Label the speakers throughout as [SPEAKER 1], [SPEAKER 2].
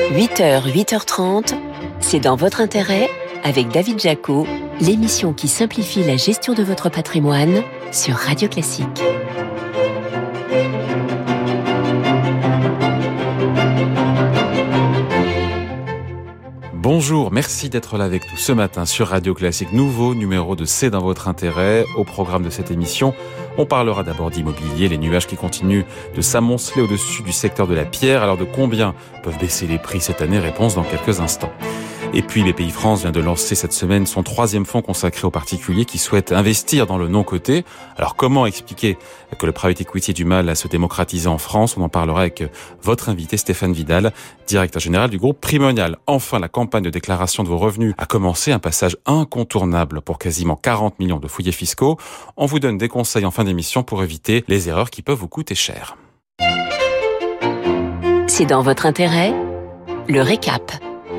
[SPEAKER 1] 8h, 8h30, c'est dans votre intérêt avec David Jaco, l'émission qui simplifie la gestion de votre patrimoine sur Radio Classique.
[SPEAKER 2] Bonjour, merci d'être là avec nous ce matin sur Radio Classique. Nouveau numéro de C'est dans votre intérêt. Au programme de cette émission, on parlera d'abord d'immobilier, les nuages qui continuent de s'amonceler au-dessus du secteur de la pierre. Alors de combien peuvent baisser les prix cette année? Réponse dans quelques instants. Et puis Bpifrance vient de lancer cette semaine son 3e fonds consacré aux particuliers qui souhaitent investir dans le non-coté. Alors comment expliquer que le private equity a du mal à se démocratiser en France? On en parlera avec votre invité Stéphane Vidal, directeur général du groupe Primonial. Enfin, la campagne de déclaration de vos revenus a commencé, un passage incontournable pour quasiment 40 millions de foyers fiscaux. On vous donne des conseils en fin d'émission pour éviter les erreurs qui peuvent vous coûter cher.
[SPEAKER 1] C'est dans votre intérêt, le récap.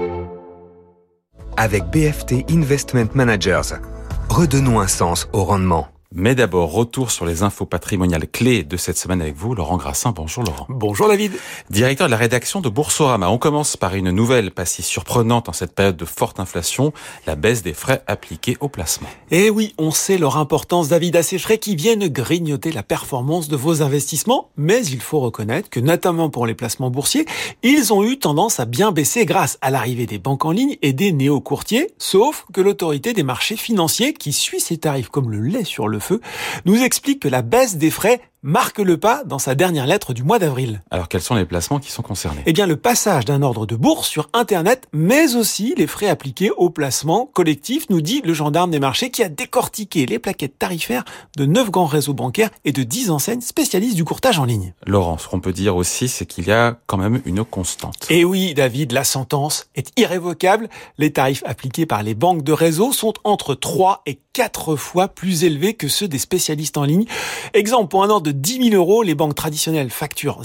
[SPEAKER 3] Avec BFT Investment Managers, redonnons un sens au rendement.
[SPEAKER 2] Mais d'abord, retour sur les infos patrimoniales clés de cette semaine avec vous, Laurent Grassin. Bonjour Laurent.
[SPEAKER 4] Bonjour David.
[SPEAKER 2] Directeur de la rédaction de Boursorama. On commence par une nouvelle pas si surprenante en cette période de forte inflation, la baisse des frais appliqués au placement.
[SPEAKER 4] Eh oui, on sait leur importance, David, à ces frais qui viennent grignoter la performance de vos investissements, mais il faut reconnaître que notamment pour les placements boursiers, ils ont eu tendance à bien baisser grâce à l'arrivée des banques en ligne et des néo-courtiers, sauf que l'autorité des marchés financiers, qui suit ces tarifs comme le lait sur le feu, nous explique que la baisse des frais marque le pas dans sa dernière lettre du mois d'avril.
[SPEAKER 2] Alors quels sont les placements qui sont concernés?
[SPEAKER 4] Eh bien le passage d'un ordre de bourse sur Internet, mais aussi les frais appliqués au placement collectif, nous dit le gendarme des marchés qui a décortiqué les plaquettes tarifaires de 9 grands réseaux bancaires et de 10 enseignes spécialistes du courtage en ligne.
[SPEAKER 2] Laurent, ce qu'on peut dire aussi, c'est qu'il y a quand même une constante.
[SPEAKER 4] Et oui, David, la sentence est irrévocable. Les tarifs appliqués par les banques de réseau sont entre 3 et 4 fois plus élevés que ceux des spécialistes en ligne. Exemple, pour un ordre de 10 000 €, les banques traditionnelles facturent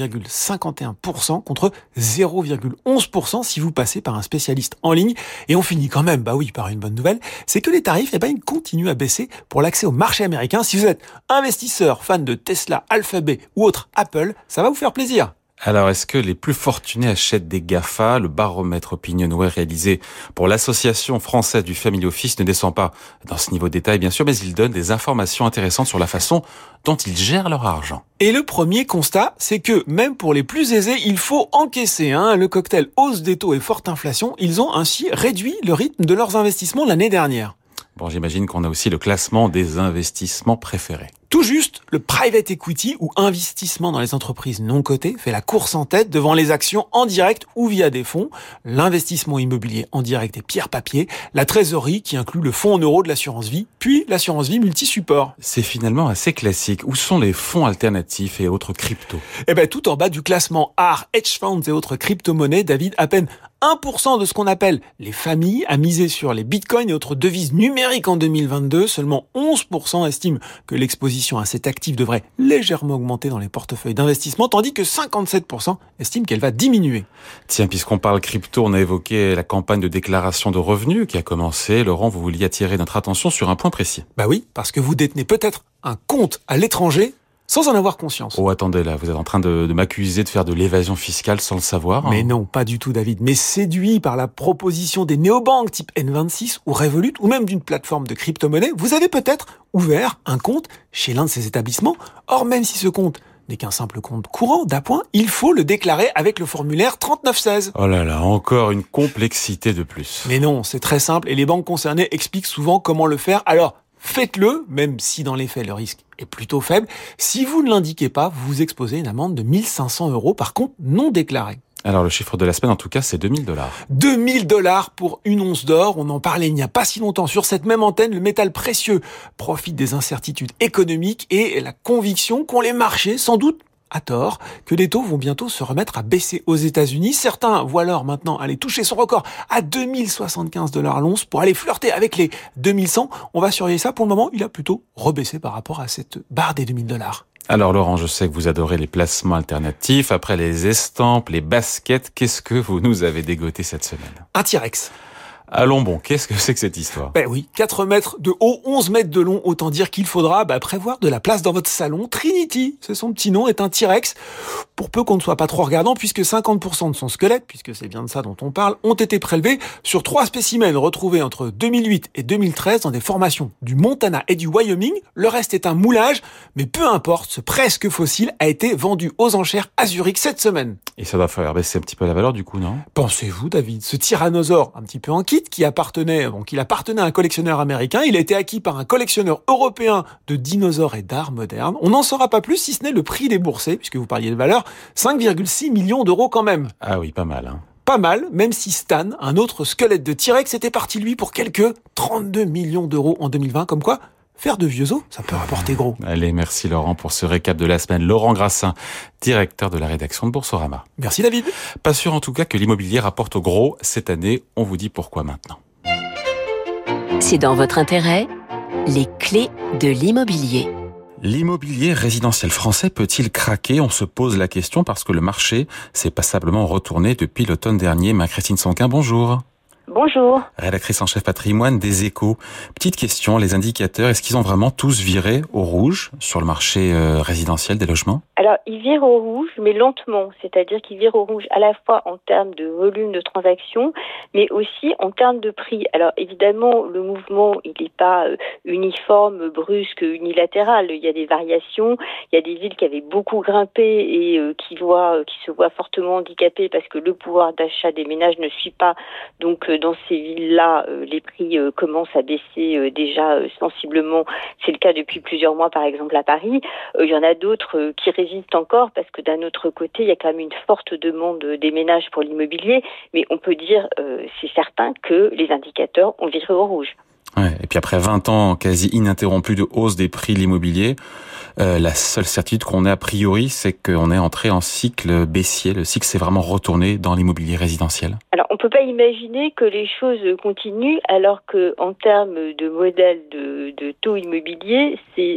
[SPEAKER 4] 0,51% contre 0,11% si vous passez par un spécialiste en ligne. Et on finit quand même, par une bonne nouvelle, c'est que les tarifs, ils continuent à baisser pour l'accès au marché américain. Si vous êtes investisseur, fan de Tesla, Alphabet ou autre Apple, ça va vous faire plaisir.
[SPEAKER 2] Alors, est-ce que les plus fortunés achètent des GAFA? Le baromètre Opinionway réalisé pour l'Association française du Family Office ne descend pas dans ce niveau de détail, bien sûr, mais il donne des informations intéressantes sur la façon dont ils gèrent leur argent.
[SPEAKER 4] Et le premier constat, c'est que même pour les plus aisés, il faut encaisser le cocktail hausse des taux et forte inflation. Ils ont ainsi réduit le rythme de leurs investissements l'année dernière.
[SPEAKER 2] Bon, j'imagine qu'on a aussi le classement des investissements préférés.
[SPEAKER 4] Tout juste, le private equity ou investissement dans les entreprises non cotées fait la course en tête devant les actions en direct ou via des fonds, l'investissement immobilier en direct et pierre-papier, la trésorerie qui inclut le fonds en euros de l'assurance vie, puis l'assurance vie multi-support.
[SPEAKER 2] C'est finalement assez classique. Où sont les fonds alternatifs et autres cryptos?
[SPEAKER 4] Tout en bas du classement art, hedge funds et autres crypto-monnaies, David, à peine 1% de ce qu'on appelle les familles a misé sur les bitcoins et autres devises numériques en 2022. Seulement 11% estiment que l'exposition à cet actif devrait légèrement augmenter dans les portefeuilles d'investissement, tandis que 57% estiment qu'elle va diminuer.
[SPEAKER 2] Tiens, puisqu'on parle crypto, on a évoqué la campagne de déclaration de revenus qui a commencé. Laurent, vous vouliez attirer notre attention sur un point précis.
[SPEAKER 4] Oui, parce que vous détenez peut-être un compte à l'étranger sans en avoir conscience.
[SPEAKER 2] Oh, attendez, là, vous êtes en train de m'accuser de faire de l'évasion fiscale sans le savoir.
[SPEAKER 4] Mais non, pas du tout, David. Mais séduit par la proposition des néobanques type N26 ou Revolut, ou même d'une plateforme de crypto-monnaie, vous avez peut-être ouvert un compte chez l'un de ces établissements. Or, même si ce compte n'est qu'un simple compte courant d'appoint, il faut le déclarer avec le formulaire 3916.
[SPEAKER 2] Oh là là, encore une complexité de plus.
[SPEAKER 4] Mais non, c'est très simple et les banques concernées expliquent souvent comment le faire. Alors, faites-le, même si dans les faits le risque est plutôt faible. Si vous ne l'indiquez pas, vous vous exposez à une amende de 1 500 € par compte non déclaré.
[SPEAKER 2] Alors le chiffre de la semaine en tout cas c'est 2 000 $.
[SPEAKER 4] 2 000 $ pour une once d'or. On en parlait il n'y a pas si longtemps. Sur cette même antenne, le métal précieux profite des incertitudes économiques et la conviction qu'ont les marchés, sans doute à tort, que les taux vont bientôt se remettre à baisser aux États-Unis. Certains voient l'or maintenant aller toucher son record à 2075 $ l'once pour aller flirter avec les 2100. On va surveiller ça. Pour le moment, il a plutôt rebaissé par rapport à cette barre des 2 000 $.
[SPEAKER 2] Alors Laurent, je sais que vous adorez les placements alternatifs. Après les estampes, les baskets, qu'est-ce que vous nous avez dégoté cette semaine?
[SPEAKER 4] Un T-Rex.
[SPEAKER 2] Allons bon, qu'est-ce que c'est que cette histoire ?
[SPEAKER 4] Ben oui, 4 mètres de haut, 11 mètres de long, autant dire qu'il faudra prévoir de la place dans votre salon. Trinity, c'est son petit nom, est un T-Rex. Pour peu qu'on ne soit pas trop regardant, puisque 50% de son squelette, puisque c'est bien de ça dont on parle, ont été prélevés sur 3 spécimens retrouvés entre 2008 et 2013 dans des formations du Montana et du Wyoming. Le reste est un moulage, mais peu importe, ce presque fossile a été vendu aux enchères à Zurich cette semaine.
[SPEAKER 2] Et ça doit faire baisser un petit peu la valeur du coup, non ?
[SPEAKER 4] Pensez-vous, David, ce tyrannosaure un petit peu en kit qu'il appartenait à un collectionneur américain, il a été acquis par un collectionneur européen de dinosaures et d'art moderne. On n'en saura pas plus si ce n'est le prix déboursé, puisque vous parliez de valeur, 5,6 millions d'euros quand même.
[SPEAKER 2] Ah oui, pas mal.
[SPEAKER 4] Pas mal, même si Stan, un autre squelette de T-Rex, était parti lui pour quelques 32 millions d'euros en 2020, comme quoi faire de vieux os, ça peut rapporter gros.
[SPEAKER 2] Allez, merci Laurent pour ce récap de la semaine. Laurent Grassin, directeur de la rédaction de Boursorama.
[SPEAKER 4] Merci David.
[SPEAKER 2] Pas sûr en tout cas que l'immobilier rapporte au gros cette année. On vous dit pourquoi maintenant.
[SPEAKER 1] C'est dans votre intérêt, les clés de l'immobilier.
[SPEAKER 2] L'immobilier résidentiel français peut-il craquer ? On se pose la question parce que le marché s'est passablement retourné depuis l'automne dernier. Marie-Christine Sonquin, bonjour.
[SPEAKER 5] Bonjour.
[SPEAKER 2] Rédactrice en chef patrimoine des Échos. Petite question, les indicateurs, est-ce qu'ils ont vraiment tous viré au rouge sur le marché résidentiel des logements ?
[SPEAKER 5] Alors, ils virent au rouge, mais lentement. C'est-à-dire qu'ils virent au rouge à la fois en termes de volume de transactions, mais aussi en termes de prix. Alors, évidemment, le mouvement, il n'est pas uniforme, brusque, unilatéral. Il y a des variations. Il y a des villes qui avaient beaucoup grimpé et qui se voient fortement handicapées parce que le pouvoir d'achat des ménages ne suit pas. Donc, dans ces villes-là, les prix commencent à baisser déjà sensiblement. C'est le cas depuis plusieurs mois, par exemple, à Paris. Il y en a d'autres qui résistent encore parce que d'un autre côté, il y a quand même une forte demande des ménages pour l'immobilier. Mais on peut dire, c'est certain que les indicateurs ont viré au rouge.
[SPEAKER 2] Ouais, et puis après 20 ans quasi ininterrompus de hausse des prix de l'immobilier, la seule certitude qu'on a a priori, c'est qu'on est entré en cycle baissier. Le cycle s'est vraiment retourné dans l'immobilier résidentiel.
[SPEAKER 5] Alors, on peut pas imaginer que les choses continuent alors que, en termes de modèle de taux immobilier,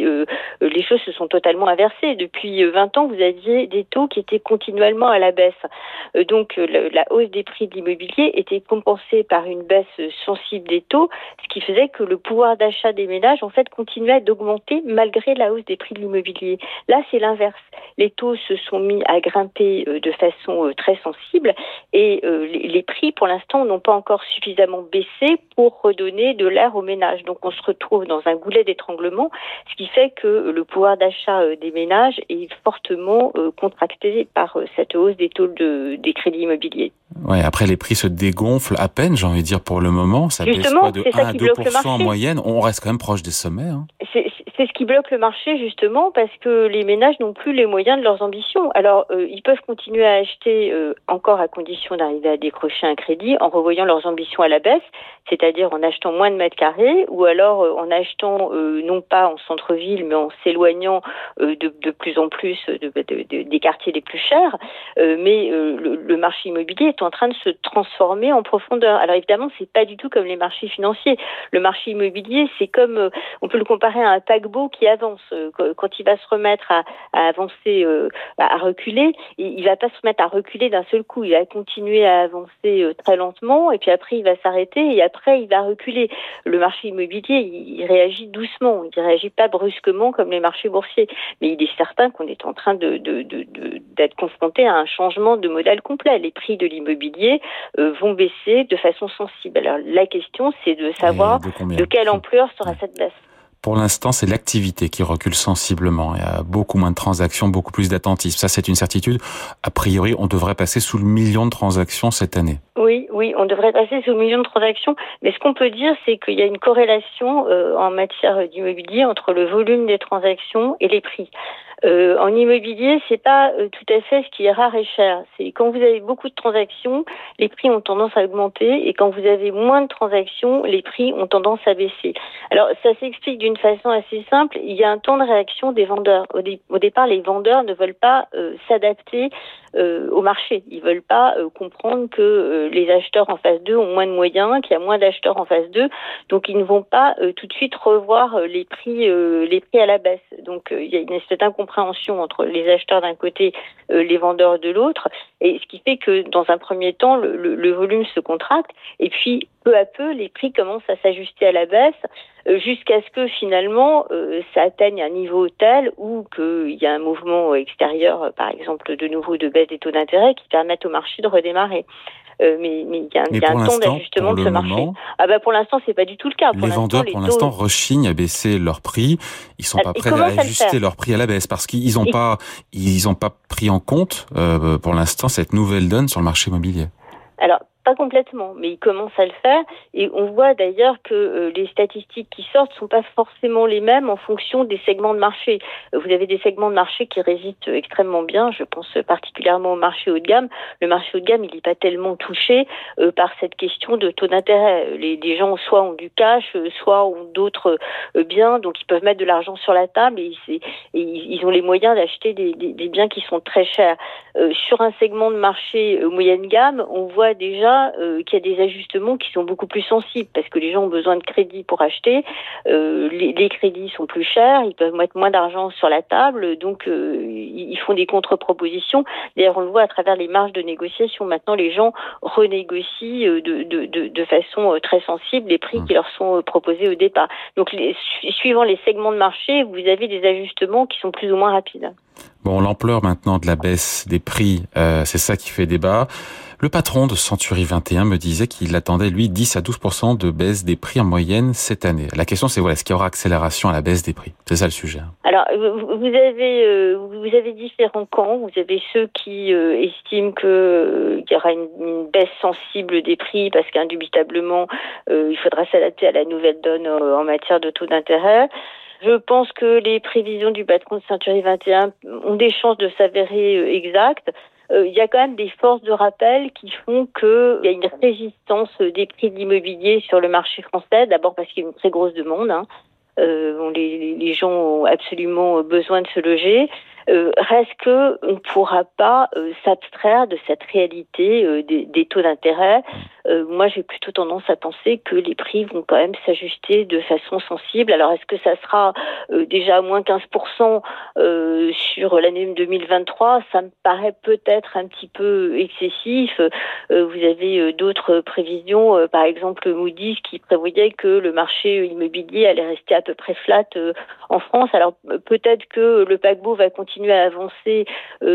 [SPEAKER 5] les choses se sont totalement inversées. Depuis 20 ans, vous aviez des taux qui étaient continuellement à la baisse. Donc, la hausse des prix de l'immobilier était compensée par une baisse sensible des taux, ce qui faisait que le pouvoir d'achat des ménages, en fait, continuait d'augmenter malgré la hausse des prix de l'immobilier. Là, c'est l'inverse. Les taux se sont mis à grimper de façon très sensible et les prix, pour l'instant, n'ont pas encore suffisamment baissé pour redonner de l'air aux ménages. Donc, on se retrouve dans un goulet d'étranglement, ce qui fait que le pouvoir d'achat des ménages est fortement contracté par cette hausse des taux des crédits immobiliers.
[SPEAKER 2] Ouais, après les prix se dégonflent à peine, j'ai envie de dire pour le moment, ça baisse
[SPEAKER 5] justement,
[SPEAKER 2] de
[SPEAKER 5] c'est
[SPEAKER 2] 1
[SPEAKER 5] ça
[SPEAKER 2] à
[SPEAKER 5] qui bloque
[SPEAKER 2] 2% en moyenne, on reste quand même proche des sommets. Hein.
[SPEAKER 5] C'est ce qui bloque le marché justement parce que les ménages n'ont plus les moyens de leurs ambitions. Alors ils peuvent continuer à acheter encore à condition d'arriver à décrocher un crédit en revoyant leurs ambitions à la baisse, c'est-à-dire en achetant moins de mètres carrés ou alors en achetant non pas en centre-ville mais en s'éloignant de plus en plus des quartiers les plus chers. Mais le marché immobilier est en train de se transformer en profondeur. Alors évidemment, c'est pas du tout comme les marchés financiers. Le marché immobilier, c'est comme on peut le comparer à un paquebot qui avance. Quand il va se remettre à avancer, à reculer, il va pas se mettre à reculer d'un seul coup. Il va continuer à avancer très lentement et puis après il va s'arrêter et après il va reculer. Le marché immobilier, il réagit doucement. Il réagit pas brusquement comme les marchés boursiers. Mais il est certain qu'on est en train d'être confronté à un changement de modèle complet. Les prix de l'immobilier vont baisser de façon sensible. Alors la question, c'est de savoir de quelle ampleur sera cette baisse.
[SPEAKER 2] Pour l'instant, c'est l'activité qui recule sensiblement. Il y a beaucoup moins de transactions, beaucoup plus d'attentisme. Ça, c'est une certitude. A priori, on devrait passer sous le million de transactions cette année.
[SPEAKER 5] Oui, on devrait passer sous le million de transactions. Mais ce qu'on peut dire, c'est qu'il y a une corrélation en matière d'immobilier entre le volume des transactions et les prix. En immobilier, c'est pas tout à fait ce qui est rare et cher. C'est quand vous avez beaucoup de transactions, les prix ont tendance à augmenter et quand vous avez moins de transactions, les prix ont tendance à baisser. Alors, ça s'explique d'une façon assez simple. Il y a un temps de réaction des vendeurs. Au départ, les vendeurs ne veulent pas s'adapter au marché. Ils veulent pas comprendre que les acheteurs en face d'eux ont moins de moyens, qu'il y a moins d'acheteurs en face d'eux. Donc, ils ne vont pas tout de suite revoir les prix à la baisse. Donc, il y a une espèce d'incompréhension entre les acheteurs d'un côté, les vendeurs de l'autre. Et ce qui fait que dans un premier temps, le volume se contracte et puis peu à peu, les prix commencent à s'ajuster à la baisse jusqu'à ce que finalement ça atteigne un niveau tel où qu'il y a un mouvement extérieur, par exemple de nouveau de baisse des taux d'intérêt qui permettent au marché de redémarrer. Mais il y a un temps d'ajustement de ce marché. Pour l'instant, c'est pas du tout le cas.
[SPEAKER 2] Les vendeurs, pour l'instant, rechignent à baisser leurs prix. Ils sont pas prêts à ajuster leurs prix à la baisse parce qu'ils ont pas pris en compte, pour l'instant, cette nouvelle donne sur le marché immobilier.
[SPEAKER 5] Alors, pas complètement, mais ils commencent à le faire. Et on voit d'ailleurs que les statistiques qui sortent sont pas forcément les mêmes en fonction des segments de marché. Vous avez des segments de marché qui résistent extrêmement bien. Je pense particulièrement au marché haut de gamme. Le marché haut de gamme, il n'est pas tellement touché par cette question de taux d'intérêt. Les gens soit ont du cash, soit ont d'autres biens, donc ils peuvent mettre de l'argent sur la table et ils ont les moyens d'acheter des biens qui sont très chers. Sur un segment de marché moyenne gamme, on voit déjà qu'il y a des ajustements qui sont beaucoup plus sensibles parce que les gens ont besoin de crédit pour acheter. Les crédits sont plus chers, ils peuvent mettre moins d'argent sur la table, donc ils font des contre-propositions. D'ailleurs, on le voit à travers les marges de négociation. Maintenant, les gens renégocient de façon très sensible les prix qui leur sont proposés au départ. Donc, suivant les segments de marché, vous avez des ajustements qui sont plus ou moins rapides.
[SPEAKER 2] Bon, l'ampleur maintenant de la baisse des prix, c'est ça qui fait débat. Le patron de Century 21 me disait qu'il attendait, lui, 10 à 12% de baisse des prix en moyenne cette année. La question, c'est est-ce qu'il y aura accélération à la baisse des prix? C'est ça le sujet.
[SPEAKER 5] Alors, vous avez différents camps. Vous avez ceux qui estiment qu'il y aura une baisse sensible des prix parce qu'indubitablement, il faudra s'adapter à la nouvelle donne en matière de taux d'intérêt. Je pense que les prévisions du patron de Century 21 ont des chances de s'avérer exactes. Il y a quand même des forces de rappel qui font qu'il y a une résistance des prix de l'immobilier sur le marché français. D'abord parce qu'il y a une très grosse demande. Les gens ont absolument besoin de se loger. Reste que on ne pourra pas s'abstraire de cette réalité des taux d'intérêt. Moi, j'ai plutôt tendance à penser que les prix vont quand même s'ajuster de façon sensible. Alors, est-ce que ça sera déjà à moins 15% sur l'année 2023 ? Ça me paraît peut-être un petit peu excessif. Vous avez d'autres prévisions, par exemple Moody's qui prévoyait que le marché immobilier allait rester à peu près flat en France. Alors, peut-être que le paquebot va continuer à avancer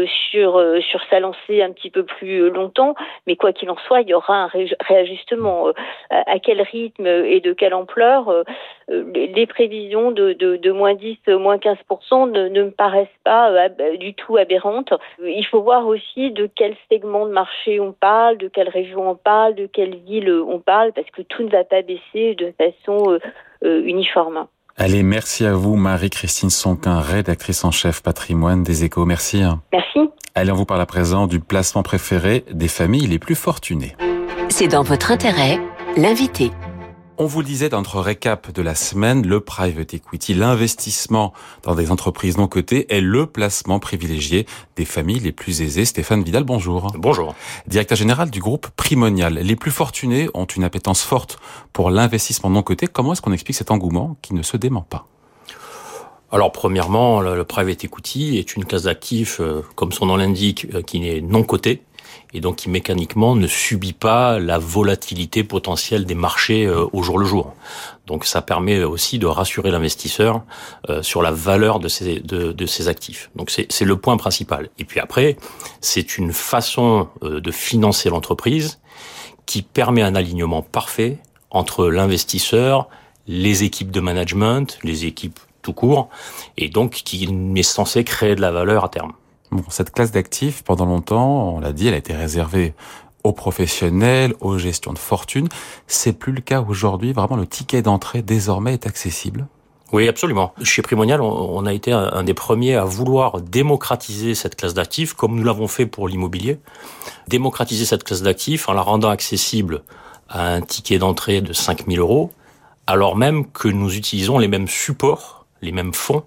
[SPEAKER 5] sur sa lancée un petit peu plus longtemps, mais quoi qu'il en soit, il y aura un réajustement. À quel rythme et de quelle ampleur les prévisions de moins 10, moins 15% ne me paraissent pas du tout aberrantes. Il faut voir aussi de quel segment de marché on parle, de quelle région on parle, de quelle ville on parle, parce que tout ne va pas baisser de façon uniforme.
[SPEAKER 2] Allez, merci à vous, Marie-Christine Sonquin, rédactrice en chef patrimoine des Échos. Merci.
[SPEAKER 5] Merci.
[SPEAKER 2] Allez, on vous parle à présent du placement préféré des familles les plus fortunées.
[SPEAKER 1] C'est dans votre intérêt, l'invité.
[SPEAKER 2] On vous le disait dans notre récap de la semaine, le private equity, l'investissement dans des entreprises non cotées est le placement privilégié des familles les plus aisées. Stéphane Vidal, bonjour.
[SPEAKER 6] Bonjour.
[SPEAKER 2] Directeur général du groupe Primonial. Les plus fortunés ont une appétence forte pour l'investissement non coté. Comment est-ce qu'on explique cet engouement qui ne se dément pas ?
[SPEAKER 6] Alors premièrement, le private equity est une classe d'actifs, comme son nom l'indique, qui est non cotée. Et donc qui mécaniquement ne subit pas la volatilité potentielle des marchés au jour le jour. Donc ça permet aussi de rassurer l'investisseur sur la valeur de ses actifs. Donc c'est le point principal. Et puis après, c'est une façon de financer l'entreprise qui permet un alignement parfait entre l'investisseur, les équipes de management, les équipes tout court, et donc qui est censé créer de la valeur à terme.
[SPEAKER 2] Bon, cette classe d'actifs, pendant longtemps, on l'a dit, elle a été réservée aux professionnels, aux gestions de fortune. C'est plus le cas aujourd'hui. Vraiment, le ticket d'entrée, désormais, est accessible.
[SPEAKER 6] Oui, absolument. Chez Primonial, on a été un des premiers à vouloir démocratiser cette classe d'actifs, comme nous l'avons fait pour l'immobilier. Démocratiser cette classe d'actifs en la rendant accessible à un ticket d'entrée de 5 000 €, alors même que nous utilisons les mêmes supports, les mêmes fonds,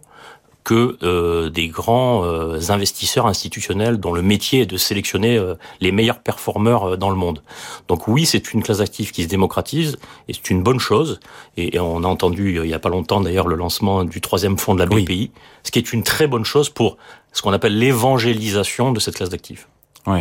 [SPEAKER 6] que des grands investisseurs institutionnels dont le métier est de sélectionner les meilleurs performeurs dans le monde. Donc oui, c'est une classe d'actifs qui se démocratise et c'est une bonne chose. Et on a entendu il y a pas longtemps d'ailleurs le lancement du 3e fonds de la BPI, ce qui est une très bonne chose pour ce qu'on appelle l'évangélisation de cette classe d'actifs.
[SPEAKER 2] Ouais.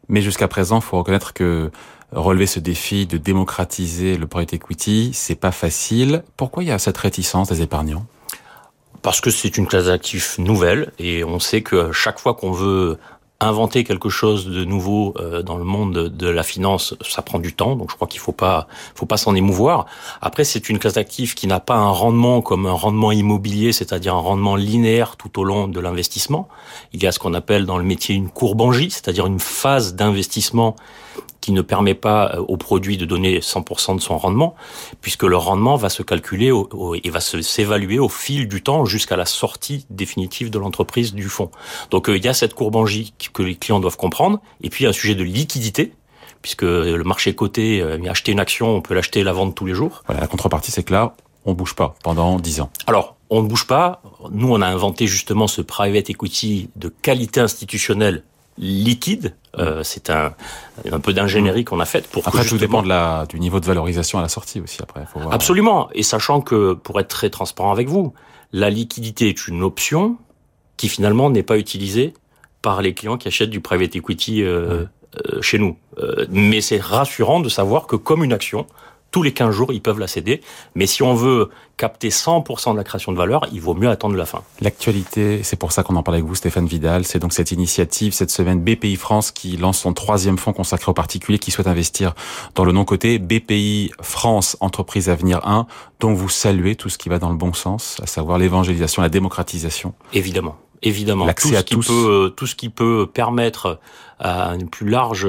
[SPEAKER 2] Mais jusqu'à présent, il faut reconnaître que relever ce défi de démocratiser le private equity, c'est pas facile. Pourquoi il y a cette réticence des épargnants ?
[SPEAKER 6] Parce que c'est une classe d'actifs nouvelle et on sait que chaque fois qu'on veut inventer quelque chose de nouveau dans le monde de la finance, ça prend du temps, donc je crois qu'il faut pas s'en émouvoir. Après, c'est une classe d'actifs qui n'a pas un rendement comme un rendement immobilier, c'est-à-dire un rendement linéaire tout au long de l'investissement. Il y a ce qu'on appelle dans le métier une courbe en J, c'est-à-dire une phase d'investissement qui ne permet pas au produit de donner 100% de son rendement, puisque le rendement va se calculer et va s'évaluer au fil du temps jusqu'à la sortie définitive de l'entreprise du fonds. Donc il y a cette courbe en J que les clients doivent comprendre, et puis il y a un sujet de liquidité, puisque le marché coté, acheter une action, on peut l'acheter et la vendre tous les jours.
[SPEAKER 2] Voilà, la contrepartie, c'est que là, on bouge pas pendant 10 ans.
[SPEAKER 6] Alors, on ne bouge pas. Nous, on a inventé justement ce private equity de qualité institutionnelle liquide. C'est un peu d'ingénierie qu'on a faite pour
[SPEAKER 2] après,
[SPEAKER 6] que
[SPEAKER 2] tout dépend du niveau de valorisation à la sortie aussi. Après, faut voir.
[SPEAKER 6] Absolument. Et sachant que, pour être très transparent avec vous, la liquidité est une option qui finalement n'est pas utilisée par les clients qui achètent du private equity chez nous. Mais c'est rassurant de savoir que comme une action, tous les 15 jours, ils peuvent la céder. Mais si on veut capter 100% de la création de valeur, il vaut mieux attendre la fin.
[SPEAKER 2] L'actualité, c'est pour ça qu'on en parle avec vous, Stéphane Vidal. C'est donc cette initiative, cette semaine, BPI France qui lance son 3e fonds consacré aux particuliers qui souhaitent investir dans le non-coté. BPI France, Entreprise Avenir 1, dont vous saluez tout ce qui va dans le bon sens, à savoir l'évangélisation, la démocratisation.
[SPEAKER 6] Évidemment.
[SPEAKER 2] L'accès à tous.
[SPEAKER 6] Tout ce qui peut permettre à une plus large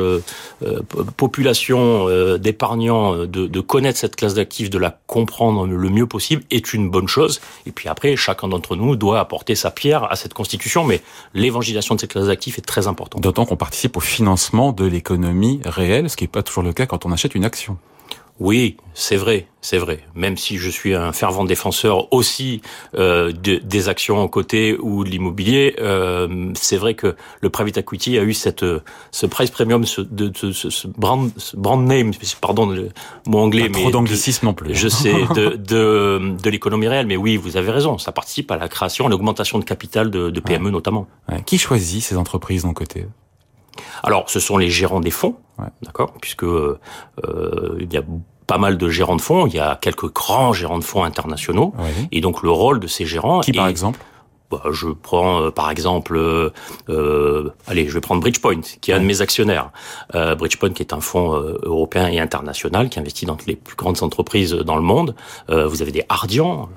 [SPEAKER 6] population d'épargnants de connaître cette classe d'actifs, de la comprendre le mieux possible, est une bonne chose. Et puis après, chacun d'entre nous doit apporter sa pierre à cette constitution, mais l'évangélisation de cette classe d'actifs est très importante.
[SPEAKER 2] D'autant qu'on participe au financement de l'économie réelle, ce qui n'est pas toujours le cas quand on achète une action.
[SPEAKER 6] Oui, c'est vrai. Même si je suis un fervent défenseur aussi des actions en côté ou de l'immobilier, c'est vrai que le private equity a eu ce price premium, ce brand name, pardon le mot anglais,
[SPEAKER 2] pas trop d'anglicisme non plus.
[SPEAKER 6] Je sais de l'économie réelle, mais oui, vous avez raison, ça participe à la création, à l'augmentation de capital de PME notamment.
[SPEAKER 2] Ouais. Qui choisit ces entreprises non cotées ?
[SPEAKER 6] Alors, ce sont les gérants des fonds, d'accord, puisque il y a pas mal de gérants de fonds, il y a quelques grands gérants de fonds internationaux, et donc le rôle de ces gérants...
[SPEAKER 2] Qui, par exemple ?
[SPEAKER 6] Je prends par exemple, je vais prendre Bridgepoint, qui est un de mes actionnaires. Bridgepoint, qui est un fonds européen et international, qui investit dans les plus grandes entreprises dans le monde. Vous avez des Ardian,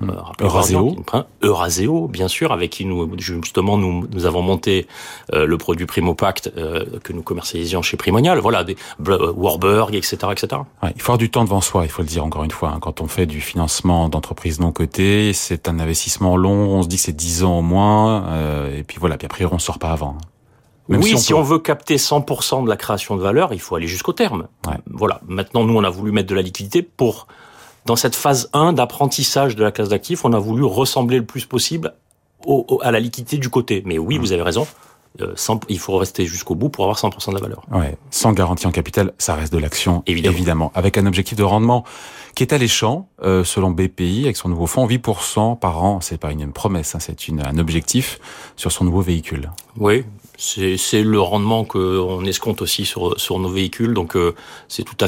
[SPEAKER 6] Euraseo, bien sûr, avec qui nous avons monté le produit Primopact que nous commercialisions chez Primonial. Voilà, des Warburg, etc., etc.
[SPEAKER 2] Ouais, il faut avoir du temps devant soi, il faut le dire encore une fois. Quand on fait du financement d'entreprises non cotées, c'est un investissement long. On se dit que c'est 10 ans au moins, et puis voilà, puis après on sort pas avant.
[SPEAKER 6] Même si on veut capter 100% de la création de valeur, il faut aller jusqu'au terme. Ouais. Voilà. Maintenant, nous, on a voulu mettre de la liquidité dans cette phase 1 d'apprentissage de la classe d'actifs, on a voulu ressembler le plus possible à la liquidité du côté. Mais oui, vous avez raison. Il faut rester jusqu'au bout pour avoir 100% de la valeur.
[SPEAKER 2] Ouais, sans garantie en capital, ça reste de l'action, évidemment. Avec un objectif de rendement qui est alléchant, selon BPI, avec son nouveau fonds, 8% par an. C'est pas une promesse, c'est un objectif sur son nouveau véhicule.
[SPEAKER 6] Oui, c'est le rendement qu'on escompte aussi sur nos véhicules, donc c'est tout à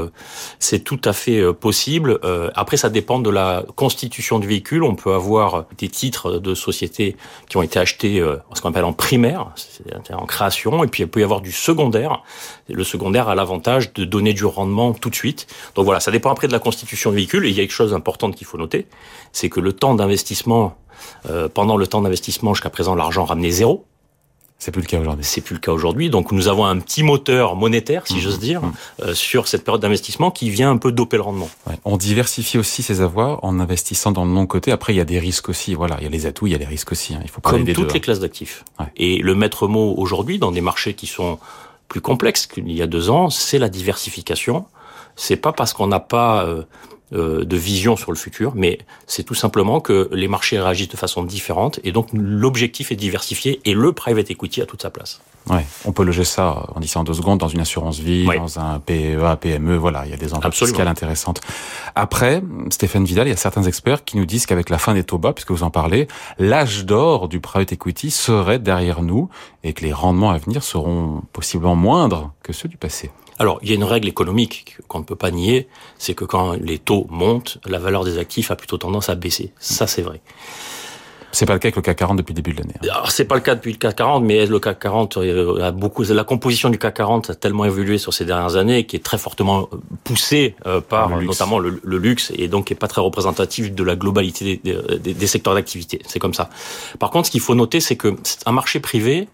[SPEAKER 6] fait possible. Après, ça dépend de la constitution du véhicule. On peut avoir des titres de société qui ont été achetés, ce qu'on appelle en primaire, c'est-à-dire en création, et puis il peut y avoir du secondaire. Le secondaire a l'avantage de donner du rendement tout de suite. Donc voilà, ça dépend après de la constitution du véhicule. Et il y a quelque chose d'important qu'il faut noter, c'est que le temps d'investissement, pendant le temps d'investissement jusqu'à présent, l'argent ramenait 0.
[SPEAKER 2] C'est plus le cas aujourd'hui.
[SPEAKER 6] C'est plus le cas aujourd'hui. Donc nous avons un petit moteur monétaire, si j'ose dire, sur cette période d'investissement qui vient un peu doper le rendement.
[SPEAKER 2] Ouais. On diversifie aussi ses avoirs en investissant dans le non-coté. Après, il y a des risques aussi. Voilà, il y a les atouts, il y a les risques aussi. Il faut parler des deux.
[SPEAKER 6] Comme toutes les classes d'actifs. Ouais. Et le maître mot aujourd'hui, dans des marchés qui sont plus complexes qu'il y a 2 ans, c'est la diversification. C'est pas parce qu'on n'a pas de vision sur le futur, mais c'est tout simplement que les marchés réagissent de façon différente, et donc l'objectif est diversifié, et le private equity a toute sa place.
[SPEAKER 2] Ouais, on peut loger ça, on dit ça en 2 secondes, dans une assurance vie, dans un PEA, PME, voilà, il y a des enjeux fiscaux intéressantes. Après, Stéphane Vidal, il y a certains experts qui nous disent qu'avec la fin des taux bas, puisque vous en parlez, l'âge d'or du private equity serait derrière nous, et que les rendements à venir seront possiblement moindres que ceux du passé.
[SPEAKER 6] Alors, il y a une règle économique qu'on ne peut pas nier, c'est que quand les taux montent, la valeur des actifs a plutôt tendance à baisser. Ça, c'est vrai.
[SPEAKER 2] C'est pas le cas avec le CAC 40 depuis le début de l'année.
[SPEAKER 6] Alors, c'est pas le cas depuis le CAC 40, mais le CAC 40 a beaucoup, la composition du CAC 40 a tellement évolué sur ces dernières années, qui est très fortement poussée par notamment le luxe, et donc qui est pas très représentatif de la globalité des secteurs d'activité. C'est comme ça. Par contre, ce qu'il faut noter, c'est que un marché privé,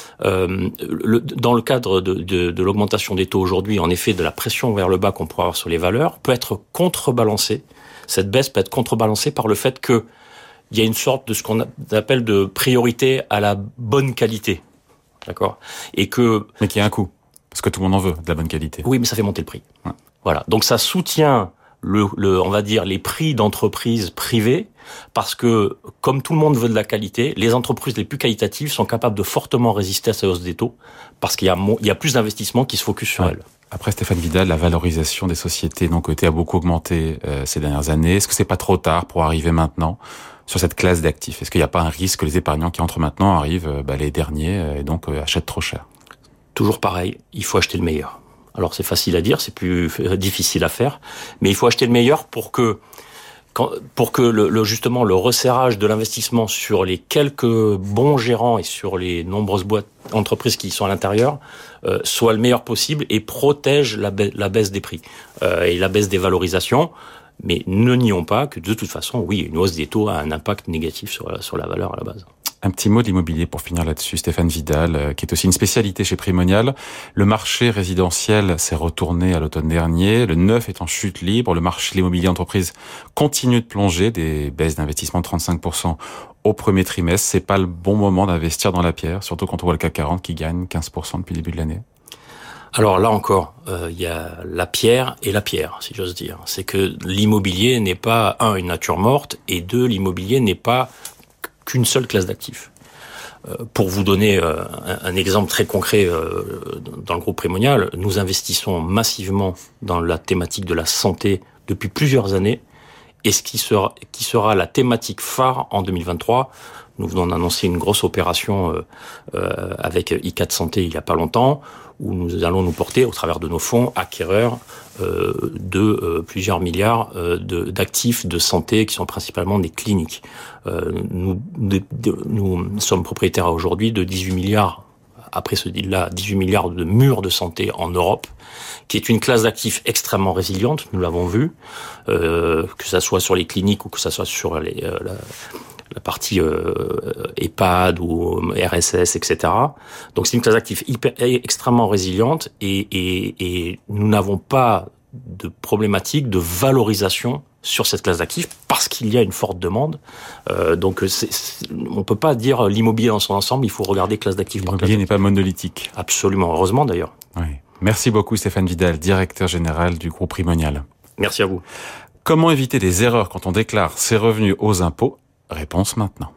[SPEAKER 6] dans le cadre de l'augmentation des taux aujourd'hui, en effet, de la pression vers le bas qu'on pourrait avoir sur les valeurs, peut être contrebalancée. Cette baisse peut être contrebalancée par le fait que il y a une sorte de ce qu'on appelle de priorité à la bonne qualité. D'accord? Mais
[SPEAKER 2] qu'il y a un coût. Parce que tout le monde en veut, de la bonne qualité.
[SPEAKER 6] Oui, mais ça fait monter le prix.
[SPEAKER 2] Ouais.
[SPEAKER 6] Voilà. Donc ça soutient on va dire, les prix d'entreprises privées, parce que, comme tout le monde veut de la qualité, les entreprises les plus qualitatives sont capables de fortement résister à ces hausses des taux, parce qu'il y a plus d'investissements qui se focus sur elles.
[SPEAKER 2] Après Stéphane Vidal, la valorisation des sociétés non cotées a beaucoup augmenté ces dernières années. Est-ce que c'est pas trop tard pour arriver maintenant sur cette classe d'actifs? Est-ce qu'il n'y a pas un risque que les épargnants qui entrent maintenant arrivent les derniers et donc achètent trop cher?
[SPEAKER 6] Toujours pareil, il faut acheter le meilleur. Alors c'est facile à dire, c'est plus difficile à faire, mais il faut acheter le meilleur pour que justement le resserrage de l'investissement sur les quelques bons gérants et sur les nombreuses entreprises qui sont à l'intérieur soit le meilleur possible et protège la baisse des prix et la baisse des valorisations. Mais ne nions pas que de toute façon, oui, une hausse des taux a un impact négatif sur la valeur à la base.
[SPEAKER 2] Un petit mot de l'immobilier pour finir là-dessus, Stéphane Vidal, qui est aussi une spécialité chez Primonial. Le marché résidentiel s'est retourné à l'automne dernier. Le neuf est en chute libre. Le marché de l'immobilier entreprise continue de plonger, des baisses d'investissement de 35% au premier trimestre. C'est pas le bon moment d'investir dans la pierre, surtout quand on voit le CAC 40 qui gagne 15% depuis le début de l'année.
[SPEAKER 6] Alors là encore, il y a la pierre et la pierre, si j'ose dire. C'est que l'immobilier n'est pas, une nature morte, et deux, l'immobilier n'est pas qu'une seule classe d'actifs. Pour vous donner un exemple très concret dans le groupe Primonial, nous investissons massivement dans la thématique de la santé depuis plusieurs années, et ce qui sera la thématique phare en 2023. Nous venons d'annoncer une grosse opération avec I4 Santé il y a pas longtemps, où nous allons nous porter, au travers de nos fonds, acquéreurs de plusieurs milliards d'actifs de santé qui sont principalement des cliniques. Nous sommes propriétaires aujourd'hui de 18 milliards, après ce deal-là, 18 milliards de murs de santé en Europe, qui est une classe d'actifs extrêmement résiliente, nous l'avons vu, que ça soit sur les cliniques ou que ça soit sur la partie EHPAD ou RSS, etc. Donc c'est une classe d'actifs extrêmement résiliente et nous n'avons pas de problématique de valorisation sur cette classe d'actifs parce qu'il y a une forte demande. Donc on peut pas dire l'immobilier dans son ensemble, il faut regarder classe d'actifs par classe.
[SPEAKER 2] L'immobilier n'est pas monolithique.
[SPEAKER 6] Absolument, heureusement d'ailleurs.
[SPEAKER 2] Oui. Merci beaucoup Stéphane Vidal, directeur général du groupe Primonial.
[SPEAKER 6] Merci à vous.
[SPEAKER 2] Comment éviter des erreurs quand on déclare ses revenus aux impôts? Réponse maintenant.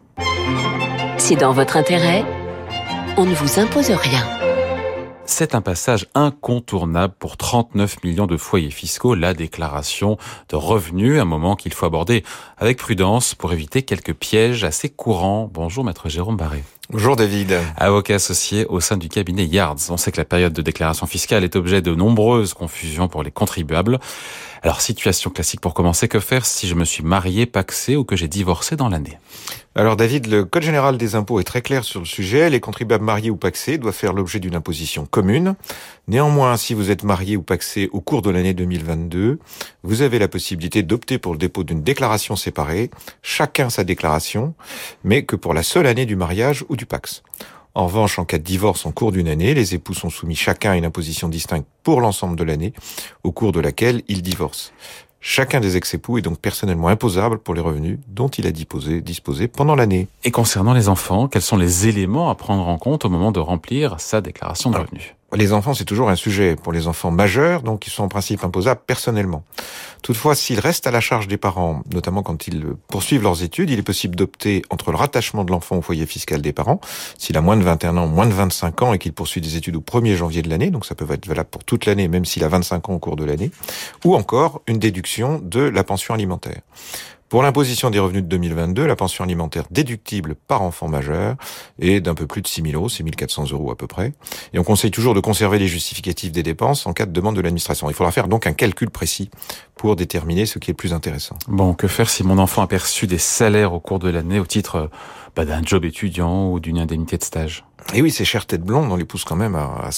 [SPEAKER 1] C'est dans votre intérêt. On ne vous impose rien.
[SPEAKER 2] C'est un passage incontournable pour 39 millions de foyers fiscaux, la déclaration de revenus, un moment qu'il faut aborder avec prudence pour éviter quelques pièges assez courants. Bonjour Maître Jérôme Barré.
[SPEAKER 7] Bonjour David.
[SPEAKER 2] Avocat associé au sein du cabinet Yards. On sait que la période de déclaration fiscale est objet de nombreuses confusions pour les contribuables. Alors, situation classique pour commencer, que faire si je me suis marié, pacsé ou que j'ai divorcé dans l'année?
[SPEAKER 7] Alors David, le Code général des impôts est très clair sur le sujet. Les contribuables mariés ou pacsés doivent faire l'objet d'une imposition commune. Néanmoins, si vous êtes marié ou pacsé au cours de l'année 2022, vous avez la possibilité d'opter pour le dépôt d'une déclaration séparée, chacun sa déclaration, mais que pour la seule année du mariage ou du pacs. En revanche, en cas de divorce en cours d'une année, les époux sont soumis chacun à une imposition distincte pour l'ensemble de l'année, au cours de laquelle ils divorcent. Chacun des ex-époux est donc personnellement imposable pour les revenus dont il a disposé pendant l'année.
[SPEAKER 2] Et concernant les enfants, quels sont les éléments à prendre en compte au moment de remplir sa déclaration de revenus?
[SPEAKER 7] Les enfants, c'est toujours un sujet pour les enfants majeurs, donc ils sont en principe imposables personnellement. Toutefois, s'ils restent à la charge des parents, notamment quand ils poursuivent leurs études, il est possible d'opter entre le rattachement de l'enfant au foyer fiscal des parents, s'il a moins de 21 ans, moins de 25 ans et qu'il poursuit des études au 1er janvier de l'année, donc ça peut être valable pour toute l'année, même s'il a 25 ans au cours de l'année, ou encore une déduction de la pension alimentaire. Pour l'imposition des revenus de 2022, la pension alimentaire déductible par enfant majeur est d'un peu plus de 6 000 €, 6 400 € à peu près. Et on conseille toujours de conserver les justificatifs des dépenses en cas de demande de l'administration. Il faudra faire donc un calcul précis pour déterminer ce qui est le plus intéressant.
[SPEAKER 2] Bon, que faire si mon enfant a perçu des salaires au cours de l'année au titre d'un job étudiant ou d'une indemnité de stage?
[SPEAKER 7] Et oui, ces chères têtes blondes, on les pousse quand même à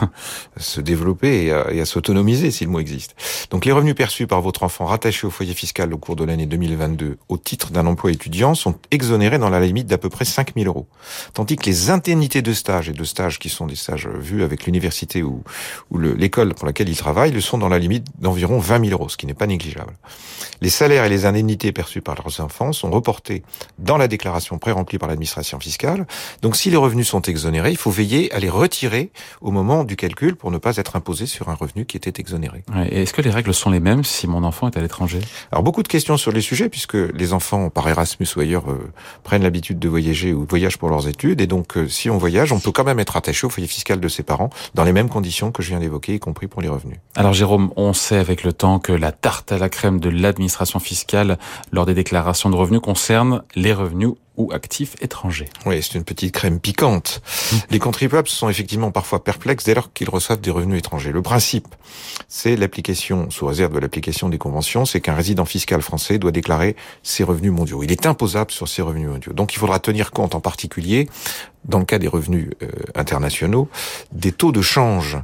[SPEAKER 7] se développer et à s'autonomiser, si le mot existe. Donc les revenus perçus par votre enfant rattachés au foyer fiscal au cours de l'année 2022 au titre d'un emploi étudiant sont exonérés dans la limite d'à peu près 5 000 €. Tandis que les indemnités de stage et de stages qui sont des stages vus avec l'université ou l'école pour laquelle ils travaillent le sont dans la limite d'environ 20 000 €, ce qui n'est pas négligeable. Les salaires et les indemnités perçus par leurs enfants sont reportés dans la déclaration pré-remplie par l'administration fiscale. Donc si les revenus sont exonérés, il faut veiller à les retirer au moment du calcul pour ne pas être imposé sur un revenu qui était exonéré.
[SPEAKER 2] Ouais, et est-ce que les règles sont les mêmes si mon enfant est à l'étranger?
[SPEAKER 7] Alors beaucoup de questions sur les sujets puisque les enfants par Erasmus ou ailleurs prennent l'habitude de voyager ou voyagent pour leurs études et donc si on voyage, on peut quand même être attaché au foyer fiscal de ses parents dans les mêmes conditions que je viens d'évoquer, y compris pour les revenus.
[SPEAKER 2] Alors Jérôme, on sait avec le temps que la tarte à la crème de l'administration fiscale lors des déclarations de revenus concerne les revenus ou actifs étrangers.
[SPEAKER 7] Oui, c'est une petite crème piquante. Les contribuables sont effectivement parfois perplexes dès lors qu'ils reçoivent des revenus étrangers. Le principe, c'est l'application, sous réserve de l'application des conventions, c'est qu'un résident fiscal français doit déclarer ses revenus mondiaux. Il est imposable sur ses revenus mondiaux. Donc il faudra tenir compte en particulier, dans le cas des revenus internationaux, des taux de change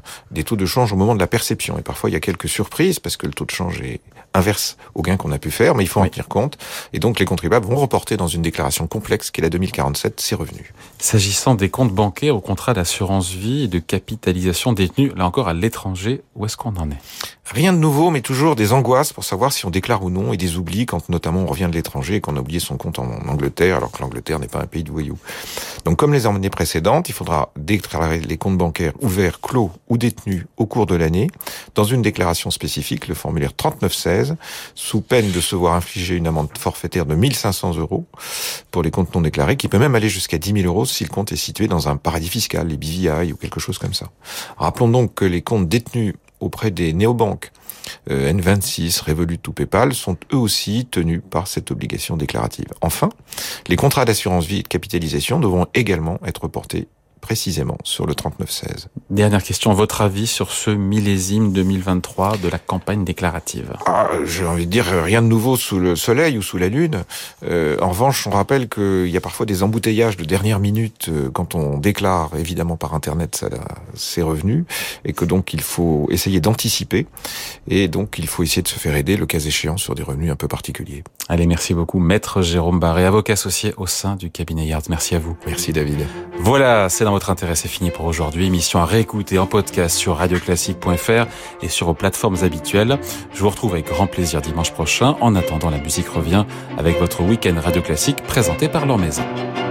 [SPEAKER 7] au moment de la perception. Et parfois, il y a quelques surprises parce que le taux de change est inverse au gain qu'on a pu faire, mais il faut en tenir compte. Et donc, les contribuables vont reporter dans une déclaration complexe qui est la 2047 ces revenus.
[SPEAKER 2] S'agissant des comptes bancaires ou contrats d'assurance vie et de capitalisation détenus, là encore, à l'étranger, où est-ce qu'on en est?
[SPEAKER 7] Rien de nouveau, mais toujours des angoisses pour savoir si on déclare ou non et des oublis quand notamment on revient de l'étranger et qu'on a oublié son compte en Angleterre alors que l'Angleterre n'est pas un pays de voyous. Donc comme les années précédentes, il faudra déclarer les comptes bancaires ouverts, clos ou détenus au cours de l'année dans une déclaration spécifique, le formulaire 3916, sous peine de se voir infliger une amende forfaitaire de 1 500 € pour les comptes non déclarés, qui peut même aller jusqu'à 10 000 € si le compte est situé dans un paradis fiscal, les BVI ou quelque chose comme ça. Rappelons donc que les comptes détenus auprès des néobanques N26, Revolut ou PayPal sont eux aussi tenus par cette obligation déclarative. Enfin, les contrats d'assurance vie et de capitalisation devront également être reportés précisément sur le 3916.
[SPEAKER 2] Dernière question, votre avis sur ce millésime 2023 de la campagne déclarative?
[SPEAKER 7] J'ai envie de dire rien de nouveau sous le soleil ou sous la lune. En revanche, on rappelle qu'il y a parfois des embouteillages de dernière minute quand on déclare évidemment par Internet ses revenus et que donc il faut essayer d'anticiper et donc il faut essayer de se faire aider le cas échéant sur des revenus un peu particuliers.
[SPEAKER 2] Allez, merci beaucoup. Maître Jérôme Barré, avocat associé au sein du cabinet Yards. Merci à vous.
[SPEAKER 7] Merci David.
[SPEAKER 2] Voilà, c'est dans votre intérêt, c'est fini pour aujourd'hui. Émission à réécouter en podcast sur radioclassique.fr et sur vos plateformes habituelles. Je vous retrouve avec grand plaisir dimanche prochain. En attendant, la musique revient avec votre week-end Radio Classique présenté par Laure Maison.